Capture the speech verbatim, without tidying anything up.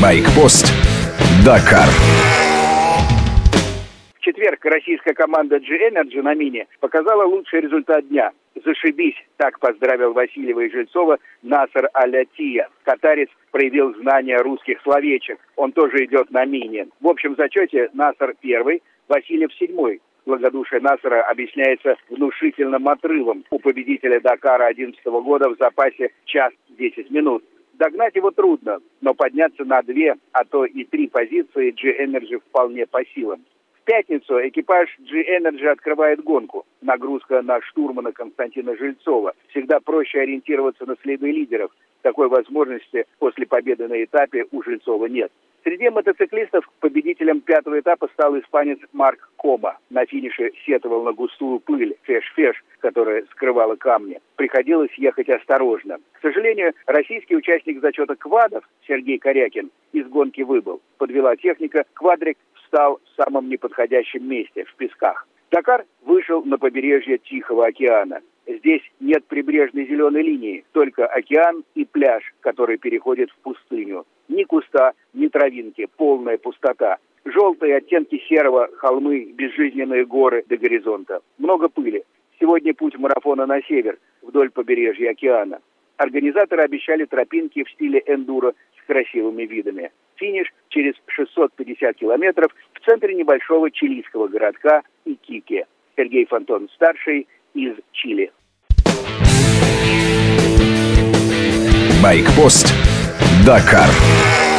Байкпост. Дакар. В четверг российская команда G-Energy на Мине показала лучший результат дня. Зашибись, так поздравил Васильева и Жильцова Насер Аль-Аттия. Катарец проявил знания русских словечек. Он тоже идет на Мине. В общем зачете Насер первый, Васильев седьмой. Благодушие Насера объясняется внушительным отрывом. У победителя Дакара две тысячи одиннадцатого года в запасе час десять минут. Догнать его трудно, но подняться на две, а то и три позиции G-Energy вполне по силам. В пятницу экипаж G-Energy открывает гонку. Нагрузка на штурмана Константина Жильцова. Всегда проще ориентироваться на следы лидеров. Такой возможности после победы на этапе у Жильцова нет. Среди мотоциклистов победителем пятого этапа стал испанец Марк Кома. На финише сетовал на густую пыль, феш-феш, которая скрывала камни. Приходилось ехать осторожно. К сожалению, российский участник зачета квадов Сергей Корякин из гонки выбыл. Подвела техника, квадрик встал в самом неподходящем месте, в песках. Дакар вышел на побережье Тихого океана. Здесь нет прибрежной зеленой линии, только океан и пляж, который переходит в пустыню. Ни куста, ни травинки, полная пустота. Желтые оттенки серого, холмы, безжизненные горы до горизонта. Много пыли. Сегодня путь марафона на север, вдоль побережья океана. Организаторы обещали тропинки в стиле эндуро с красивыми видами. Финиш через шестьсот пятьдесят километров в центре небольшого чилийского городка Икике. Сергей Фонтон-старший из Чили. Байкпост. Дакар.